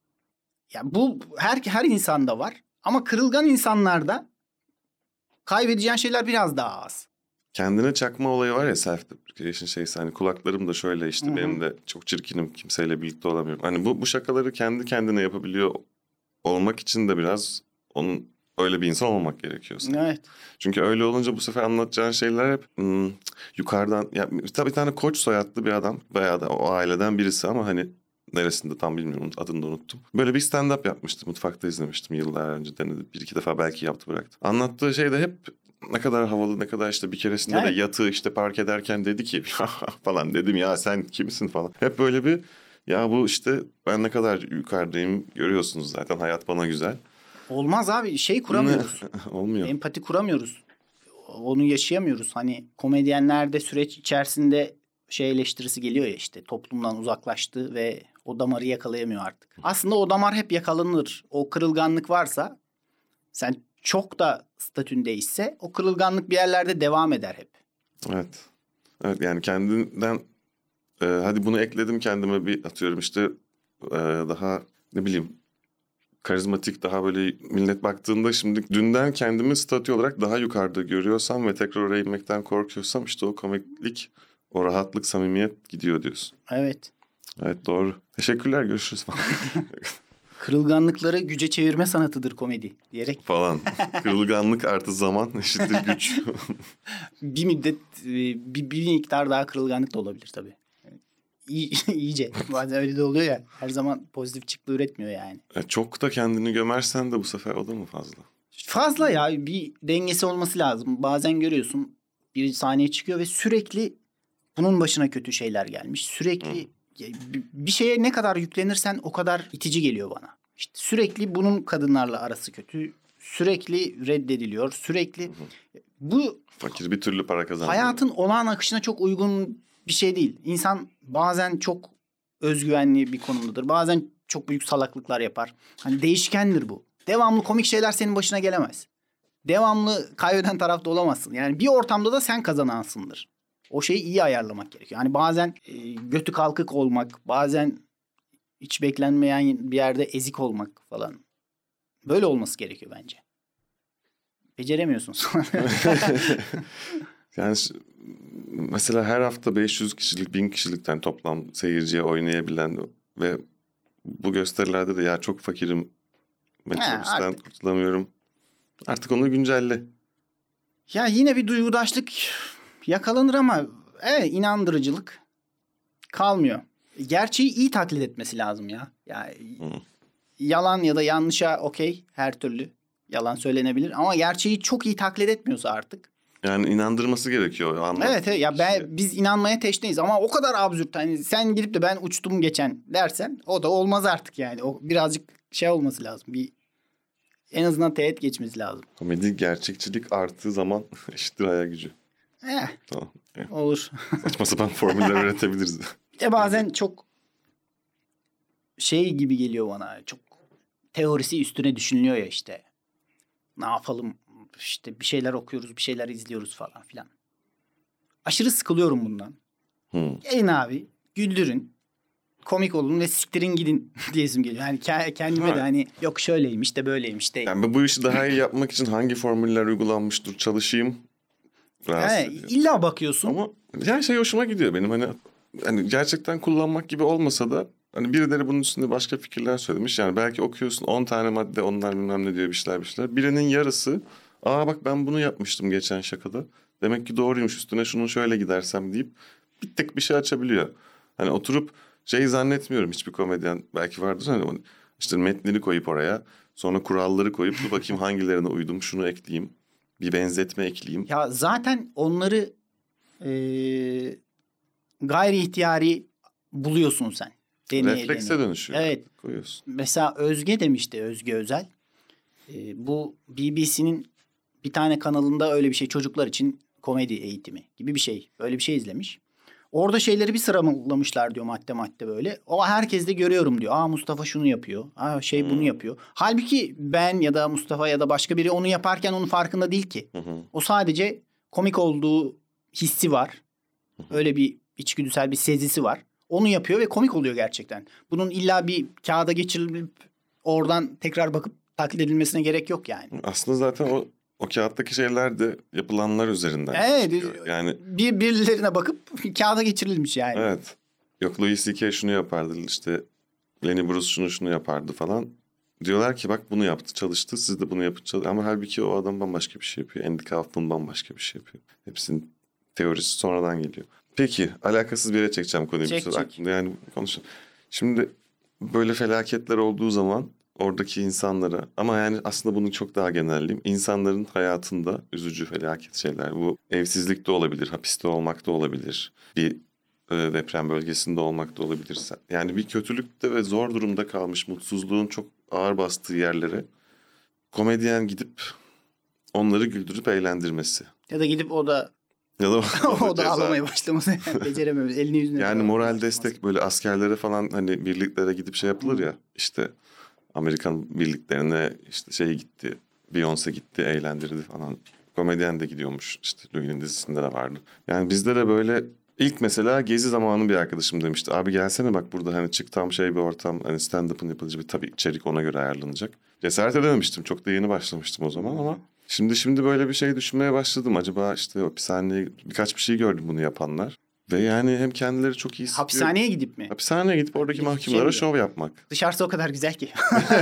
[SPEAKER 2] Ya bu her insanda var ama kırılgan insanlarda kaybedeceğin şeyler biraz daha az.
[SPEAKER 1] Kendine çakma olayı var ya, self deprecation şeysi, hani kulaklarım da şöyle işte benim de çok çirkinim, kimseyle birlikte olamıyorum. Hani bu şakaları kendi kendine yapabiliyor olmak için de biraz onun öyle bir insan olmamak gerekiyor.
[SPEAKER 2] Evet.
[SPEAKER 1] Çünkü öyle olunca bu sefer anlatacağın şeyler hep yukarıdan. Ya, tabii bir tane Koç soyadlı bir adam veya da o aileden birisi ama hani neresinde tam bilmiyorum, adını da unuttum. Böyle bir stand-up yapmıştı. Mutfakta izlemiştim yıllar önce, denedi. Bir iki defa belki yaptı, bıraktı. Anlattığı şey de hep ne kadar havalı, ne kadar işte bir keresinde
[SPEAKER 2] Evet.
[SPEAKER 1] de yatağı işte park ederken dedi ki falan, dedim ya sen kimsin falan. Hep böyle bir ya bu işte ben ne kadar yukarıdayım görüyorsunuz zaten, hayat bana güzel.
[SPEAKER 2] Olmaz abi, şey kuramıyoruz.
[SPEAKER 1] Olmuyor.
[SPEAKER 2] Empati kuramıyoruz. Onu yaşayamıyoruz. Hani komedyenlerde süreç içerisinde şey eleştirisi geliyor ya, işte toplumdan uzaklaştı ve o damarı yakalayamıyor artık. Aslında o damar hep yakalanır. O kırılganlık varsa, sen çok da statündeyse o kırılganlık bir yerlerde devam eder hep.
[SPEAKER 1] Evet. Evet, yani kendinden hadi bunu ekledim kendime, bir atıyorum işte daha ne bileyim karizmatik, daha böyle millet baktığında şimdi dünden kendimi statü olarak daha yukarıda görüyorsam ve tekrar oraya inmekten korkuyorsam işte o komiklik, o rahatlık, samimiyet gidiyor diyorsun.
[SPEAKER 2] Evet.
[SPEAKER 1] Evet, doğru. Teşekkürler, görüşürüz falan.
[SPEAKER 2] Kırılganlıkları güce çevirme sanatıdır komedi diyerek.
[SPEAKER 1] falan. Kırılganlık artı zaman eşittir güç.
[SPEAKER 2] Bir müddet bir miktar daha kırılganlık da olabilir tabii. İyice. Bazen öyle de oluyor ya. Her zaman pozitif çıktı üretmiyor yani.
[SPEAKER 1] Çok da kendini gömersen de bu sefer o da mı fazla?
[SPEAKER 2] Fazla ya, bir dengesi olması lazım. Bazen görüyorsun bir sahneye çıkıyor ve sürekli bunun başına kötü şeyler gelmiş. Sürekli bir şeye ne kadar yüklenirsen o kadar itici geliyor bana. İşte sürekli bunun kadınlarla arası kötü. Sürekli reddediliyor. Sürekli bu
[SPEAKER 1] Fakir bir türlü para kazanıyor.
[SPEAKER 2] hayatın olağan akışına çok uygun bir şey değil. İnsan bazen çok özgüvenli bir konumdadır. Bazen çok büyük salaklıklar yapar. Hani değişkendir bu. Devamlı komik şeyler senin başına gelemez. Devamlı kaybeden tarafta olamazsın. Yani bir ortamda da sen kazanansındır. O şeyi iyi ayarlamak gerekiyor. Yani bazen götü kalkık olmak, bazen hiç beklenmeyen bir yerde ezik olmak falan. Böyle olması gerekiyor bence. Beceremiyorsun sonra.
[SPEAKER 1] Yani mesela her hafta 500 kişilik, 1000 kişilikten toplam seyirciye oynayabilen ve bu gösterilerde de ya çok fakirim, metrobüsten kurtulamıyorum. Artık onu güncelle.
[SPEAKER 2] Ya yine bir duygudaşlık yakalanır ama evet, inandırıcılık kalmıyor. Gerçeği iyi taklit etmesi lazım ya. Yalan ya da yanlışa okey, her türlü yalan söylenebilir ama gerçeği çok iyi taklit etmiyorsa artık.
[SPEAKER 1] Yani inandırması gerekiyor.
[SPEAKER 2] Evet ya, biz inanmaya teşneyiz ama o kadar absürt. Hani sen gidip de ben uçtum geçen dersen o da olmaz artık yani. O birazcık şey olması lazım. Bir en azından teğet geçmesi lazım.
[SPEAKER 1] Komedi gerçekçilik arttığı zaman eşittir hayal gücü. Tamam.
[SPEAKER 2] Olur.
[SPEAKER 1] Saçma sapan formüller üretebiliriz.
[SPEAKER 2] Bir de bazen çok şey gibi geliyor bana. Çok teorisi üstüne düşünülüyor ya işte. Ne yapalım? İşte bir şeyler okuyoruz, bir şeyler izliyoruz falan filan. Aşırı sıkılıyorum bundan. Gelin abi, güldürün, komik olun ve siktirin gidin diyesim geliyor. Yani kendime de hani yok şöyleymiş de böyleymiş de.
[SPEAKER 1] Yani bu işi daha iyi yapmak için hangi formüller uygulanmıştır çalışayım.
[SPEAKER 2] İlla bakıyorsun.
[SPEAKER 1] Ama yani şey hoşuma gidiyor benim, hani gerçekten kullanmak gibi olmasa da hani birileri bunun üstünde başka fikirler söylemiş. Yani belki okuyorsun 10 tane madde, onlar bilmem ne diyor, bir şeyler. Birinin yarısı, bak ben bunu yapmıştım geçen şakada. Demek ki doğruymuş, üstüne şunu şöyle gidersem deyip bir tek bir şey açabiliyor. Hani oturup zannetmiyorum hiçbir komedyen, belki vardır hani işte metnini koyup oraya, sonra kuralları koyup dur bakayım hangilerine uydum, şunu ekleyeyim, bir benzetme ekleyeyim.
[SPEAKER 2] Ya zaten onları gayri ihtiyari buluyorsun sen.
[SPEAKER 1] Reflekse dönüşüyor.
[SPEAKER 2] Evet.
[SPEAKER 1] Koyuyorsun.
[SPEAKER 2] Mesela Özge demişti, Özge Özel. Bu BBC'nin bir tane kanalında öyle bir şey, çocuklar için komedi eğitimi gibi bir şey. Öyle bir şey izlemiş. Orada şeyleri bir sıralamışlar diyor, madde böyle. O herkes de görüyorum diyor. Mustafa şunu yapıyor. Bunu yapıyor. Halbuki ben ya da Mustafa ya da başka biri onu yaparken onun farkında değil ki. O sadece komik olduğu hissi var. Öyle bir içgüdüsel bir sezisi var. Onu yapıyor ve komik oluyor gerçekten. Bunun illa bir kağıda geçirilip oradan tekrar bakıp taklit edilmesine gerek yok yani.
[SPEAKER 1] Aslında zaten o kağıttaki şeyler de yapılanlar üzerinden.
[SPEAKER 2] Evet.
[SPEAKER 1] Yani
[SPEAKER 2] birilerine bakıp kağıda geçirilmiş yani.
[SPEAKER 1] Evet. Yok Louis C.K. şunu yapardı, işte Lenny Bruce şunu yapardı falan diyorlar ki bak bunu yaptı, çalıştı, siz de bunu yapın. Ama halbuki o adam bambaşka bir şey yapıyor. Andy Kaufman bambaşka bir şey yapıyor. Hepsinin teorisi sonradan geliyor. Peki alakasız bir yere çekeceğim konuyu.
[SPEAKER 2] Çek.
[SPEAKER 1] Aklımda yani konuşalım. Şimdi böyle felaketler olduğu zaman oradaki insanlara, ama yani aslında bunu çok daha genelleyeyim. İnsanların hayatında üzücü felaket şeyler. Bu evsizlik de olabilir, hapiste olmak da olabilir. Bir deprem bölgesinde olmak da olabilir. Yani bir kötülükte ve zor durumda kalmış, mutsuzluğun çok ağır bastığı yerlere komedyen gidip onları güldürüp eğlendirmesi.
[SPEAKER 2] Ya da gidip o da
[SPEAKER 1] Ya da
[SPEAKER 2] o da ağlamaya başlaması. Beceremiyoruz. Elini yüzüne.
[SPEAKER 1] yani moral destek, böyle askerlere falan hani birliklere gidip şey yapılır ya, işte Amerikan birliklerine işte şey gitti, Beyoncé gitti, eğlendirdi falan. Komedyen de gidiyormuş, işte Louis'nin dizisinde de vardı. Yani bizde de böyle ilk mesela Gezi zamanı bir arkadaşım demişti. Abi gelsene bak burada hani çık, tam şey bir ortam, hani stand-up'ın yapılıcı bir, tabii içerik ona göre ayarlanacak. Cesaret edememiştim, çok da yeni başlamıştım o zaman ama şimdi böyle bir şey düşünmeye başladım. Acaba işte hapishaneye birkaç bir şey gördüm bunu yapanlar. Ve yani hem kendileri çok iyi hissediyor.
[SPEAKER 2] Hapishaneye gidip mi?
[SPEAKER 1] Hapishaneye gidip oradaki
[SPEAKER 2] Bir
[SPEAKER 1] mahkumlara
[SPEAKER 2] şey
[SPEAKER 1] şov yapmak.
[SPEAKER 2] Dışarısı o kadar güzel ki.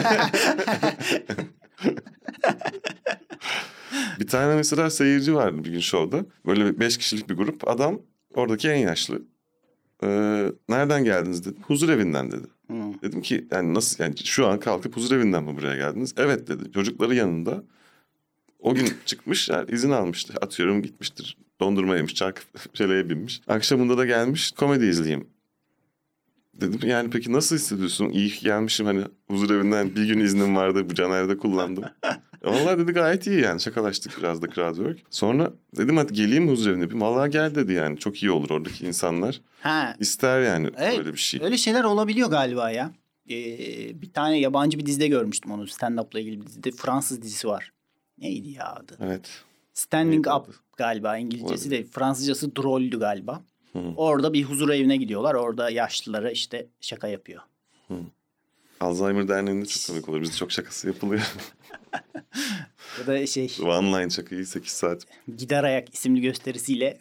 [SPEAKER 1] Bir tane mesela seyirci vardı bir gün şovda. Böyle 5 kişilik bir grup. Adam oradaki en yaşlı. Nereden geldiniz dedim. Huzur evinden dedi. Dedim ki yani nasıl, yani şu an kalkıp huzur evinden mi buraya geldiniz? Evet dedi. Çocukları yanında. O gün çıkmış, yani izin almıştı. Atıyorum gitmiştir. Dondurma yemiş, çark şeleye binmiş. Akşamında da gelmiş, komedi izleyeyim dedim. Yani peki nasıl hissediyorsun? İyi ki gelmişim, hani huzur evinden bir gün iznim vardı, bu Caner'de kullandım. Vallahi dedi gayet iyi yani, şakalaştık biraz da crowdwork. Sonra dedim hadi geleyim huzur evine yapayım. Vallahi gel dedi yani, çok iyi olur, oradaki insanlar ister yani
[SPEAKER 2] evet,
[SPEAKER 1] böyle bir şey.
[SPEAKER 2] Öyle şeyler olabiliyor galiba ya. Bir tane yabancı bir dizide görmüştüm onu, stand-up'la ilgili bir dizide. Fransız dizisi var. Neydi ya adı?
[SPEAKER 1] Evet.
[SPEAKER 2] Standing
[SPEAKER 1] Neydi
[SPEAKER 2] Up
[SPEAKER 1] adı?
[SPEAKER 2] galiba, İngilizcesi
[SPEAKER 1] Olabilir.
[SPEAKER 2] de, Fransızcası Droll'dü galiba.
[SPEAKER 1] Hı.
[SPEAKER 2] Orada bir huzur evine gidiyorlar. Orada yaşlılara işte şaka yapıyor.
[SPEAKER 1] Alzheimer Derneği'nde çok komik olur. Bizde çok şakası yapılıyor.
[SPEAKER 2] Ya da şey,
[SPEAKER 1] One line şakayı 8 saat.
[SPEAKER 2] Gider Ayak isimli gösterisiyle.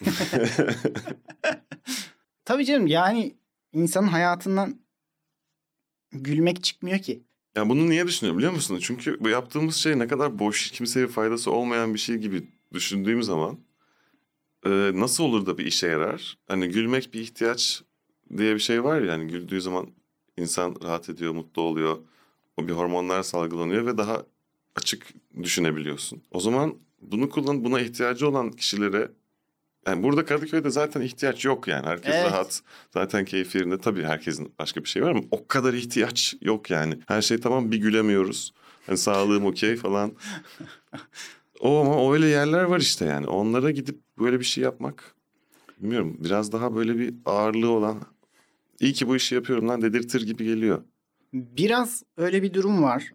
[SPEAKER 2] Tabii canım, yani insanın hayatından gülmek çıkmıyor ki.
[SPEAKER 1] Ya bunu niye düşünüyorum biliyor musun? Çünkü bu yaptığımız şey ne kadar boş, kimseye faydası olmayan bir şey gibi düşündüğüm zaman nasıl olur da bir işe yarar? Hani gülmek bir ihtiyaç diye bir şey var ya, yani güldüğü zaman insan rahat ediyor, mutlu oluyor. O bir hormonlar salgılanıyor ve daha açık düşünebiliyorsun. O zaman bunu kullanıp buna ihtiyacı olan kişilere, yani burada Kadıköy'de zaten ihtiyaç yok yani. Herkes
[SPEAKER 2] Evet.
[SPEAKER 1] rahat. Zaten keyfi yerinde. Tabii herkesin başka bir şey var ama o kadar ihtiyaç yok yani. Her şey tamam, bir gülemiyoruz. Hani sağlığım okey falan. Ama öyle yerler var işte yani. Onlara gidip böyle bir şey yapmak, bilmiyorum, biraz daha böyle bir ağırlığı olan, iyi ki bu işi yapıyorum lan dedirtir gibi geliyor.
[SPEAKER 2] Biraz öyle bir durum var.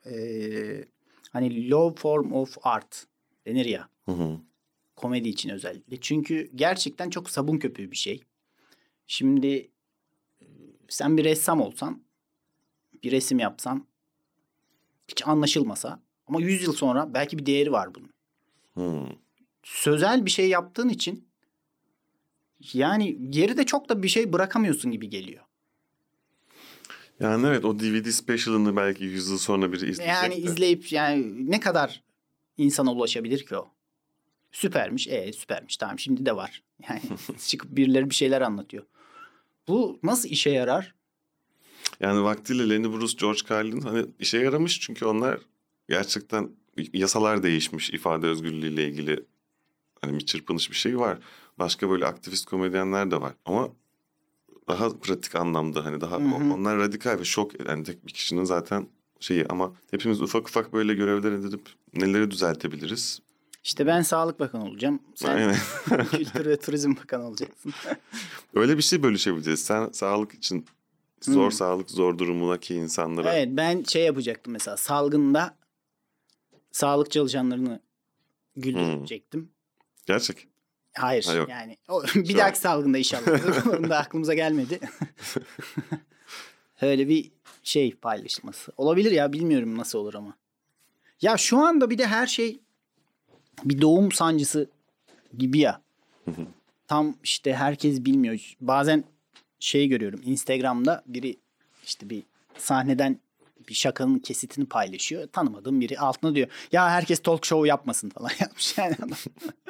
[SPEAKER 2] Hani low form of art denir ya.
[SPEAKER 1] Hı hı.
[SPEAKER 2] Komedi için özellikle. Çünkü gerçekten çok sabun köpüğü bir şey. Şimdi sen bir ressam olsan, bir resim yapsan, hiç anlaşılmasa ama 100 yıl sonra belki bir değeri var bunun.
[SPEAKER 1] Hı.
[SPEAKER 2] Sözel bir şey yaptığın için yani geride çok da bir şey bırakamıyorsun gibi geliyor.
[SPEAKER 1] Yani evet, o DVD special'ını belki 100 yıl sonra biri izleyecek
[SPEAKER 2] Yani
[SPEAKER 1] de.
[SPEAKER 2] izleyip yani ne kadar insana ulaşabilir ki o? Süpermiş. Süpermiş. Tamam, şimdi de var. Yani çıkıp birileri bir şeyler anlatıyor. Bu nasıl işe yarar?
[SPEAKER 1] Yani vaktiyle Lenny Bruce, George Carlin hani işe yaramış, çünkü onlar gerçekten yasalar değişmiş, ifade özgürlüğüyle ilgili hani bir çırpınış bir şey var. Başka böyle aktivist komedyenler de var ama daha pratik anlamda, hani daha onlar radikal ve şok, yani tek bir kişinin zaten şeyi, ama hepimiz ufak ufak böyle görevler edinip neleri düzeltebiliriz?
[SPEAKER 2] İşte ben Sağlık Bakanı olacağım. Sen
[SPEAKER 1] Aynen.
[SPEAKER 2] Kültür ve Turizm Bakanı olacaksın.
[SPEAKER 1] Öyle bir şey bölüşebileceğiz. Sen sağlık için zor sağlık zor durumundaki insanlara.
[SPEAKER 2] Evet, ben şey yapacaktım mesela, salgında sağlık çalışanlarını güldürecektim.
[SPEAKER 1] Gerçek.
[SPEAKER 2] Hayır
[SPEAKER 1] Ha, yok.
[SPEAKER 2] yani bir
[SPEAKER 1] Şu
[SPEAKER 2] dahaki salgında inşallah. Onun da aklımıza gelmedi. Öyle bir şey paylaşılması. Olabilir ya, bilmiyorum nasıl olur ama. Ya şu anda bir de her şey bir doğum sancısı gibi ya. Tam işte herkes bilmiyor. Bazen şey görüyorum Instagram'da, biri işte bir sahneden bir şakanın kesitini paylaşıyor. Tanımadığım biri altına diyor ya herkes talk show yapmasın falan yapmış yani adam.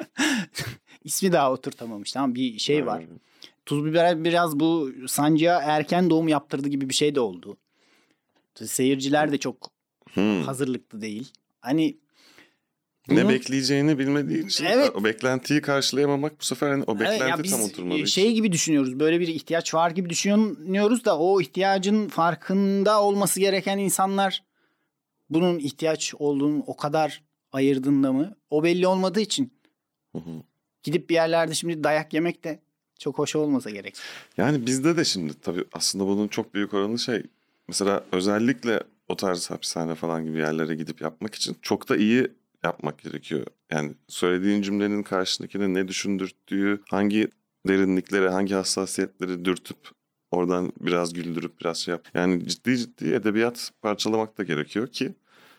[SPEAKER 2] İsmi daha oturtamamış. Tamam, bir şey var. Tuz biber biraz bu Sancı'ya erken doğum yaptırdı gibi bir şey de oldu. Seyirciler de çok hazırlıklı değil. Hani
[SPEAKER 1] ne bekleyeceğini bilmediği için
[SPEAKER 2] evet,
[SPEAKER 1] o beklentiyi karşılayamamak bu sefer hani o beklenti tam oturmadığı
[SPEAKER 2] şey gibi düşünüyoruz. Böyle bir ihtiyaç var gibi düşünüyoruz da o ihtiyacın farkında olması gereken insanlar bunun ihtiyaç olduğunu o kadar ayırdığında mı? O belli olmadığı için gidip bir yerlerde şimdi dayak yemek de çok hoş olmasa gerek.
[SPEAKER 1] Yani bizde de şimdi tabii aslında bunun çok büyük oranı şey, mesela özellikle o tarz hapishane falan gibi yerlere gidip yapmak için çok da iyi yapmak gerekiyor. Yani söylediğin cümlenin karşındakine ne düşündürttüğü, hangi derinliklere, hangi hassasiyetleri dürtüp oradan biraz güldürüp biraz şey yap. Yani ciddi edebiyat parçalamak da gerekiyor ki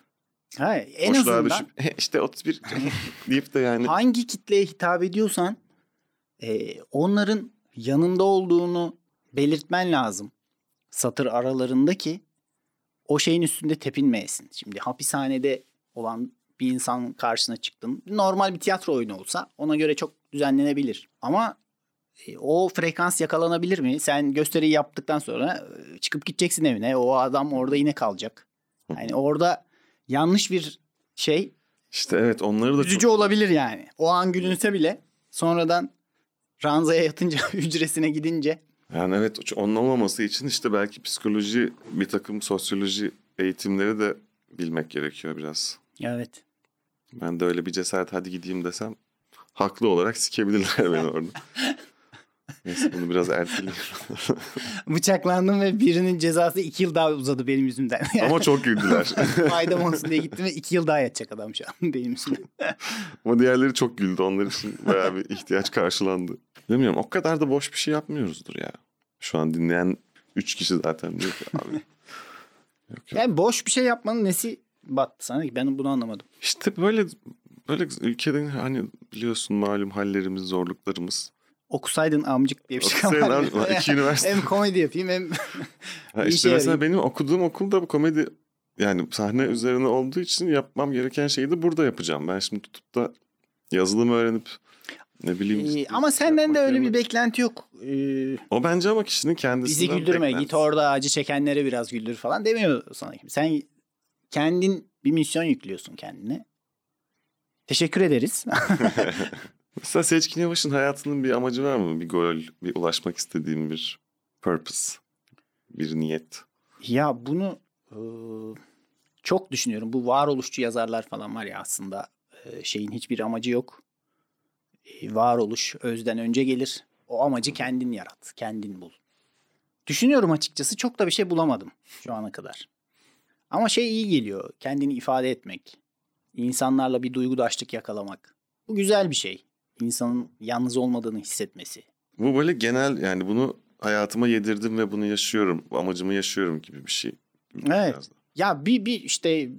[SPEAKER 2] En
[SPEAKER 1] boşluğa
[SPEAKER 2] azından
[SPEAKER 1] düşüp işte 31 deyip de yani
[SPEAKER 2] hangi kitleye hitap ediyorsan onların yanında olduğunu belirtmen lazım. Satır aralarındaki o şeyin üstünde tepinmeyesin. Şimdi hapishanede olan bir insan karşısına çıktın. Normal bir tiyatro oyunu olsa ona göre çok düzenlenebilir. Ama o frekans yakalanabilir mi? Sen gösteriyi yaptıktan sonra çıkıp gideceksin evine. O adam orada yine kalacak. Yani orada yanlış bir şey
[SPEAKER 1] işte evet, onları da
[SPEAKER 2] üzücü
[SPEAKER 1] çok
[SPEAKER 2] olabilir yani. O an gülünse bile sonradan ranzaya yatınca hücresine gidince.
[SPEAKER 1] Yani evet, onun olmaması için işte belki psikoloji, bir takım sosyoloji eğitimleri de bilmek gerekiyor biraz.
[SPEAKER 2] Evet.
[SPEAKER 1] Ben de öyle bir cesaret hadi gideyim desem haklı olarak sikebilirler beni orada. Neyse, bunu biraz erteleyeyim.
[SPEAKER 2] Bıçaklandım ve birinin cezası 2 yıl daha uzadı benim yüzümden.
[SPEAKER 1] Ama çok güldüler.
[SPEAKER 2] Faydam olsun diye gittim ve 2 yıl daha yatacak adam şu an benim yüzümden.
[SPEAKER 1] Ama diğerleri çok güldü. Onlar için bayağı bir ihtiyaç karşılandı. Bilmiyorum, o kadar da boş bir şey yapmıyoruzdur ya. Şu an dinleyen 3 kişi zaten diyor ki abi. Yok.
[SPEAKER 2] Yani boş bir şey yapmanın nesi battı sana ki? Ben bunu anlamadım.
[SPEAKER 1] İşte böyle ülkeden hani biliyorsun malum hallerimiz, zorluklarımız.
[SPEAKER 2] Okusaydın amcık diye bir şey
[SPEAKER 1] Okusaydın
[SPEAKER 2] var.
[SPEAKER 1] amcık, iki üniversite.
[SPEAKER 2] Hem komedi yapayım hem
[SPEAKER 1] Ha
[SPEAKER 2] bir
[SPEAKER 1] işte
[SPEAKER 2] şey
[SPEAKER 1] mesela
[SPEAKER 2] arayayım.
[SPEAKER 1] benim okuduğum okulda bu komedi, yani sahne üzerine olduğu için yapmam gereken şeyi de burada yapacağım. Ben şimdi tutup da yazılım öğrenip ne bileyim.
[SPEAKER 2] Ama senden de
[SPEAKER 1] yapmak
[SPEAKER 2] öyle bir
[SPEAKER 1] yerine-
[SPEAKER 2] beklenti yok.
[SPEAKER 1] O bence ama kişinin
[SPEAKER 2] Bizi
[SPEAKER 1] kendisinden
[SPEAKER 2] güldürme,
[SPEAKER 1] beklentisi.
[SPEAKER 2] git orada acı çekenlere biraz güldür falan demiyor sana. Sen kendin bir misyon yüklüyorsun kendine. Teşekkür ederiz.
[SPEAKER 1] Mesela Seçkin Yavaş'ın hayatının bir amacı var mı? Bir gol, bir ulaşmak istediğim bir purpose, bir niyet.
[SPEAKER 2] Ya bunu çok düşünüyorum. Bu varoluşçu yazarlar falan var ya, aslında şeyin hiçbir amacı yok. Varoluş özden önce gelir. O amacı kendin yarat, kendin bul. Düşünüyorum açıkçası, çok da bir şey bulamadım şu ana kadar. Ama şey iyi geliyor. Kendini ifade etmek. İnsanlarla bir duygudaşlık yakalamak. Bu güzel bir şey. İnsanın yalnız olmadığını hissetmesi.
[SPEAKER 1] Bu böyle genel, yani bunu hayatıma yedirdim ve bunu yaşıyorum, amacımı yaşıyorum gibi bir şey.
[SPEAKER 2] Evet.
[SPEAKER 1] Biraz da.
[SPEAKER 2] Ya bir işte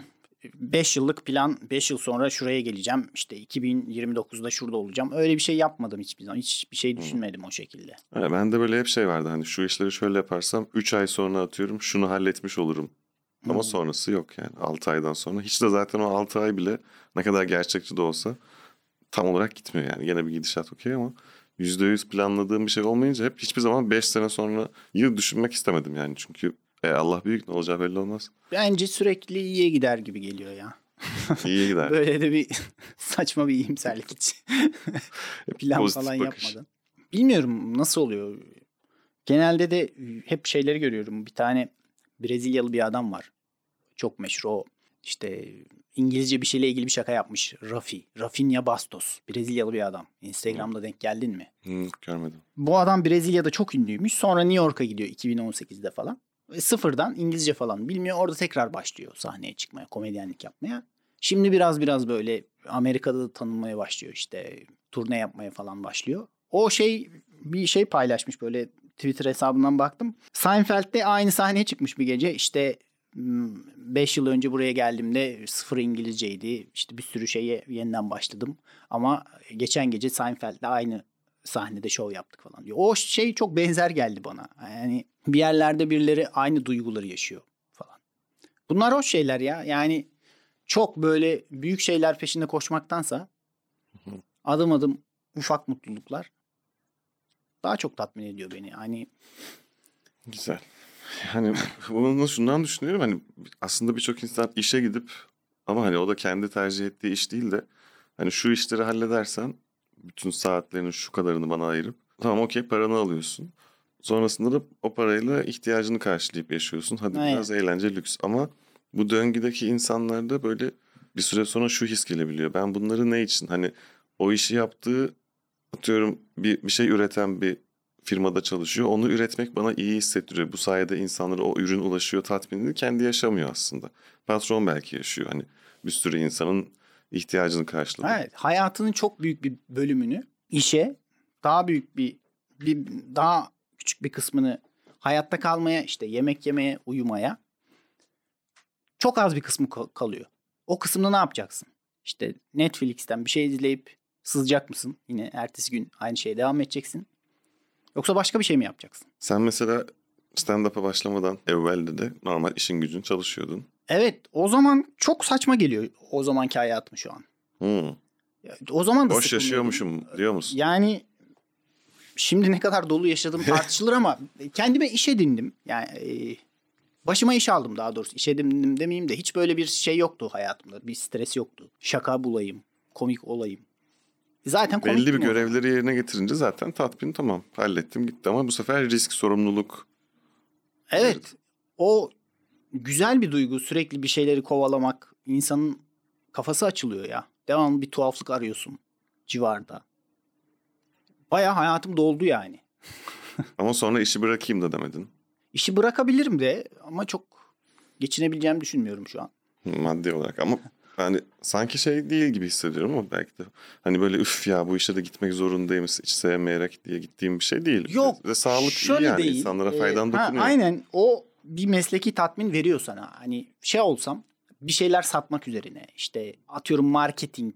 [SPEAKER 2] 5 yıllık plan, 5 yıl sonra şuraya geleceğim. İşte 2029'da şurada olacağım. Öyle bir şey yapmadım hiçbir zaman. Hiçbir şey düşünmedim o şekilde.
[SPEAKER 1] Evet, bende böyle hep şey vardı, hani şu işleri şöyle yaparsam 3 ay sonra atıyorum şunu halletmiş olurum. Ama sonrası yok yani 6 aydan sonra. Hiç de zaten o 6 ay bile ne kadar gerçekçi de olsa tam olarak gitmiyor yani. Gene bir gidişat okey ama %100 planladığım bir şey olmayınca hep hiçbir zaman 5 sene sonra yıl düşünmek istemedim yani. Çünkü Allah büyük, ne olacağı belli olmaz.
[SPEAKER 2] Bence sürekli iyiye gider gibi geliyor ya.
[SPEAKER 1] İyi gider.
[SPEAKER 2] Böyle de bir saçma bir iyimserlik hiç. Plan
[SPEAKER 1] Pozitif
[SPEAKER 2] falan
[SPEAKER 1] bakış.
[SPEAKER 2] yapmadan. Bilmiyorum nasıl oluyor. Genelde de hep şeyleri görüyorum. Bir tane Brezilyalı bir adam var. Çok meşhur o. İşte İngilizce bir şeyle ilgili bir şaka yapmış. Rafinha Bastos. Brezilyalı bir adam. Instagram'da denk geldin mi?
[SPEAKER 1] Görmedim.
[SPEAKER 2] Bu adam Brezilya'da çok ünlüymüş. Sonra New York'a gidiyor 2018'de falan. Ve sıfırdan İngilizce falan bilmiyor. Orada tekrar başlıyor sahneye çıkmaya, komedyenlik yapmaya. Şimdi biraz böyle Amerika'da da tanınmaya başlıyor. İşte turne yapmaya falan başlıyor. O bir şey paylaşmış, böyle Twitter hesabından baktım. Seinfeld'de aynı sahneye çıkmış bir gece. İşte 5 yıl önce buraya geldiğimde sıfır İngilizceydi. İşte bir sürü şeye yeniden başladım. Ama geçen gece Seinfeld'de aynı sahnede şov yaptık falan diyor. O şey çok benzer geldi bana. Yani bir yerlerde birileri aynı duyguları yaşıyor falan. Bunlar hoş şeyler ya. Yani çok böyle büyük şeyler peşinde koşmaktansa adım adım ufak mutluluklar daha çok tatmin ediyor beni. Hani
[SPEAKER 1] Güzel. Yani bunu şundan düşünüyorum, hani aslında birçok insan işe gidip ama hani o da kendi tercih ettiği iş değil de hani şu işleri halledersen bütün saatlerinin şu kadarını bana ayırıp tamam okey paranı alıyorsun. Sonrasında da o parayla ihtiyacını karşılayıp yaşıyorsun. Hadi
[SPEAKER 2] Aynen.
[SPEAKER 1] biraz eğlence, lüks, ama bu döngüdeki insanlarda böyle bir süre sonra şu his gelebiliyor. Ben bunları ne için, hani o işi yaptığı, atıyorum bir şey üreten bir firmada çalışıyor. Onu üretmek bana iyi hissettiriyor. Bu sayede insanlara o ürün ulaşıyor, tatminini kendi yaşamıyor aslında. Patron belki yaşıyor, hani bir sürü insanın ihtiyacını karşıladı.
[SPEAKER 2] evet, hayatının çok büyük bir bölümünü işe, daha büyük bir daha küçük bir kısmını hayatta kalmaya, işte yemek yemeye, uyumaya, çok az bir kısmı kalıyor. O kısımda ne yapacaksın? İşte Netflix'ten bir şey izleyip sızacak mısın? Yine ertesi gün aynı şeye devam edeceksin. Yoksa başka bir şey mi yapacaksın?
[SPEAKER 1] Sen mesela stand-up'a başlamadan evvelde de normal işin gücün çalışıyordun.
[SPEAKER 2] Evet, o zaman çok saçma geliyor o zamanki hayatım şu an. O zaman da
[SPEAKER 1] Boş
[SPEAKER 2] sıkılmıyordum.
[SPEAKER 1] yaşıyormuşum diyor musun?
[SPEAKER 2] Yani şimdi ne kadar dolu yaşadığım tartışılır ama kendime iş edindim. Yani başıma iş aldım daha doğrusu. İş edindim demeyeyim de hiç böyle bir şey yoktu hayatımda. Bir stres yoktu. Şaka bulayım, komik olayım. Zaten komiktim
[SPEAKER 1] Belli bir
[SPEAKER 2] o zaman.
[SPEAKER 1] görevleri yerine getirince zaten tatmin, tamam hallettim gitti, ama bu sefer risk, sorumluluk.
[SPEAKER 2] Evet. O güzel bir duygu, sürekli bir şeyleri kovalamak. İnsanın kafası açılıyor ya. Devamlı bir tuhaflık arıyorsun civarda. Bayağı hayatım doldu yani.
[SPEAKER 1] Ama sonra işi bırakayım da demedin.
[SPEAKER 2] İşi bırakabilirim de ama çok geçinebileceğimi düşünmüyorum şu an.
[SPEAKER 1] Maddi olarak, ama yani sanki şey değil gibi hissediyorum, ama belki de hani böyle üf ya bu işe de gitmek zorundayım hiç sevmeyerek diye gittiğim bir şey değil.
[SPEAKER 2] Yok.
[SPEAKER 1] Ve sağlık iyi
[SPEAKER 2] şöyle
[SPEAKER 1] yani,
[SPEAKER 2] değil.
[SPEAKER 1] insanlara faydan dokunuyor.
[SPEAKER 2] Aynen, o bir mesleki tatmin veriyor sana. Hani şey olsam, bir şeyler satmak üzerine, işte atıyorum marketing,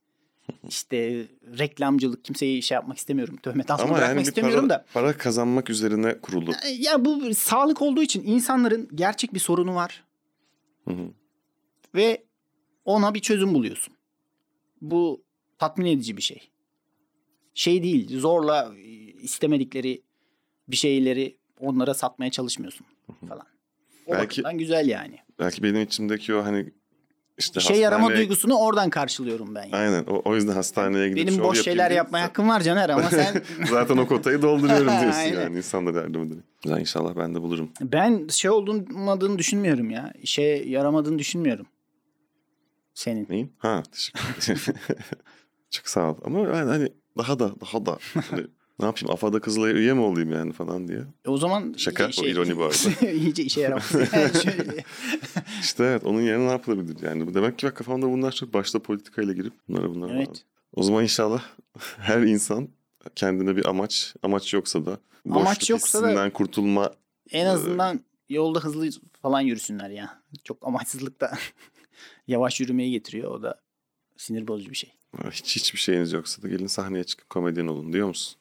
[SPEAKER 2] işte reklamcılık, kimseyi şey yapmak istemiyorum. Töhmet altına
[SPEAKER 1] Ama
[SPEAKER 2] bırakmak
[SPEAKER 1] yani bir
[SPEAKER 2] istemiyorum da.
[SPEAKER 1] para kazanmak üzerine kurulu.
[SPEAKER 2] Ya bu sağlık olduğu için insanların gerçek bir sorunu var.
[SPEAKER 1] Hı hı.
[SPEAKER 2] Ve ona bir çözüm buluyorsun. Bu tatmin edici bir şey. Şey değil, zorla istemedikleri bir şeyleri onlara satmaya çalışmıyorsun falan. O
[SPEAKER 1] Belki-
[SPEAKER 2] bakımdan güzel yani.
[SPEAKER 1] Belki benim içimdeki o hani işte
[SPEAKER 2] İşe yarama
[SPEAKER 1] hastaneye-
[SPEAKER 2] duygusunu oradan karşılıyorum ben yani.
[SPEAKER 1] Aynen, o yüzden hastaneye gidip
[SPEAKER 2] Benim
[SPEAKER 1] şov
[SPEAKER 2] boş
[SPEAKER 1] yapayım
[SPEAKER 2] şeyler
[SPEAKER 1] diye-
[SPEAKER 2] yapmaya hakkım var Caner ama sen...
[SPEAKER 1] Zaten o kotayı dolduruyorum diyorsun
[SPEAKER 2] Aynen.
[SPEAKER 1] yani, insanlara yardım ederim. Güzel, inşallah ben de bulurum.
[SPEAKER 2] Ben şey olmadığını düşünmüyorum ya. İşe yaramadığını düşünmüyorum. Senin.
[SPEAKER 1] Neyin? Ha, teşekkür ederim. Çok sağ ol. Ama yani hani daha da hani, ne yapayım, AFA'da Kızılay'a üye mi olayım yani falan diye.
[SPEAKER 2] O zaman
[SPEAKER 1] Şaka,
[SPEAKER 2] iyice
[SPEAKER 1] o ironi bu arada.
[SPEAKER 2] iyice işe yaramaz. Yani şöyle...
[SPEAKER 1] İşte evet, onun yerine ne yapılabilir yani. Demek ki bak, kafamda bunlar çok, başta politikayla girip bunlara
[SPEAKER 2] Evet.
[SPEAKER 1] bağlı. O zaman inşallah her insan kendine bir amaç yoksa da boşluk
[SPEAKER 2] yoksa da-
[SPEAKER 1] hissinden kurtulma.
[SPEAKER 2] En azından yolda hızlı falan yürüsünler ya. Çok amaçsızlıkta yavaş yürümeyi getiriyor. O da sinir bozucu bir şey.
[SPEAKER 1] Hiçbir şeyiniz yoksa da gelin sahneye çıkıp komedyen olun diyor musun?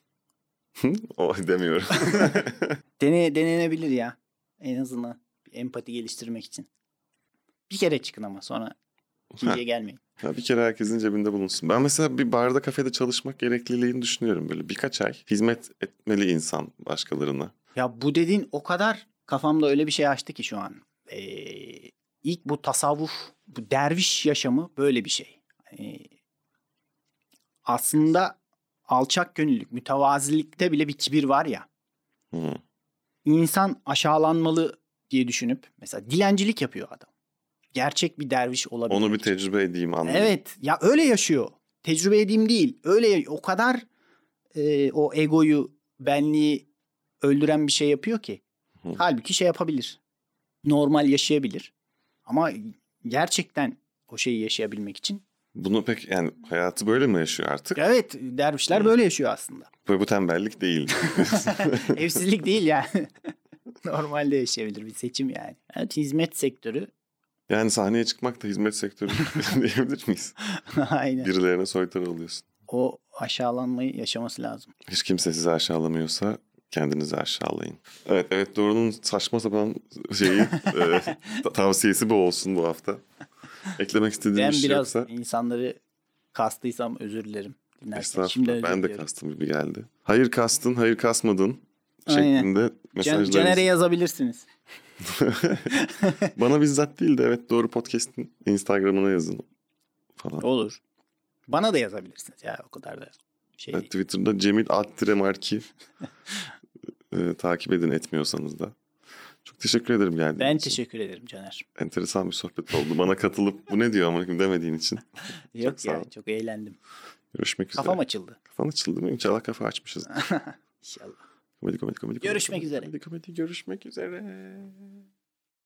[SPEAKER 1] O demiyorum.
[SPEAKER 2] Denenebilir ya. En azından bir empati geliştirmek için. Bir kere çıkın ama sonra ikinciye gelmeyin.
[SPEAKER 1] Ya bir kere herkesin cebinde bulunsun. Ben mesela bir barda, kafede çalışmak gerekliliğini düşünüyorum böyle. Birkaç ay hizmet etmeli insan başkalarına.
[SPEAKER 2] Ya bu dediğin o kadar kafamda öyle bir şey açtı ki şu an. İlk bu tasavvuf, bu derviş yaşamı böyle bir şey. Aslında alçak gönüllülük, mütevazilikte bile bir kibir var ya.
[SPEAKER 1] Hı.
[SPEAKER 2] İnsan aşağılanmalı diye düşünüp mesela dilencilik yapıyor adam. Gerçek bir derviş olabilir.
[SPEAKER 1] Onu bir tecrübe edeyim, anlayayım.
[SPEAKER 2] Evet ya, öyle yaşıyor. Tecrübe edeyim değil. Öyle o kadar o egoyu, benliği öldüren bir şey yapıyor ki.
[SPEAKER 1] Hı.
[SPEAKER 2] Halbuki şey yapabilir. Normal yaşayabilir. Ama gerçekten o şeyi yaşayabilmek için.
[SPEAKER 1] Bunu pek yani hayatı böyle mi yaşıyor artık?
[SPEAKER 2] Evet, dervişler böyle yaşıyor aslında.
[SPEAKER 1] Bu tembellik değil.
[SPEAKER 2] Evsizlik değil yani. Normalde yaşayabilir, bir seçim yani. Evet, hizmet sektörü.
[SPEAKER 1] Yani sahneye çıkmak da hizmet sektörü diyebilir miyiz?
[SPEAKER 2] Aynen.
[SPEAKER 1] Birilerine soytarı oluyorsun.
[SPEAKER 2] O aşağılanmayı yaşaması lazım.
[SPEAKER 1] Hiç kimse sizi aşağılamıyorsa kendinizi aşağılayın. Evet Doğru'nun saçma sapan tavsiyesi bu olsun bu hafta. Eklemek istediğim bir şey yoksa.
[SPEAKER 2] Ben biraz insanları kastıysam özür dilerim.
[SPEAKER 1] Estağfurullah, ben de kastım gibi geldi. Hayır kastın, hayır kasmadın şeklinde mesajlarınızı.
[SPEAKER 2] Caner'e yazabilirsiniz.
[SPEAKER 1] Bana bizzat değil de evet Doğru Podcast'in Instagram'ına yazın falan.
[SPEAKER 2] Olur. Bana da yazabilirsiniz ya, o kadar da şey değil.
[SPEAKER 1] Twitter'da Cemil Marki takip edin etmiyorsanız da. Çok teşekkür ederim geldiğin
[SPEAKER 2] Ben
[SPEAKER 1] için.
[SPEAKER 2] teşekkür ederim Caner.
[SPEAKER 1] Enteresan bir sohbet oldu. Bana katılıp bu ne diyor ama demediğin için.
[SPEAKER 2] Yok ya, çok eğlendim.
[SPEAKER 1] Görüşmek üzere.
[SPEAKER 2] Kafam açıldı.
[SPEAKER 1] Kafan açıldı mı? İnşallah kafa açmışız.
[SPEAKER 2] İnşallah.
[SPEAKER 1] Komedi.
[SPEAKER 2] Görüşmek üzere.
[SPEAKER 1] Görüşmek üzere.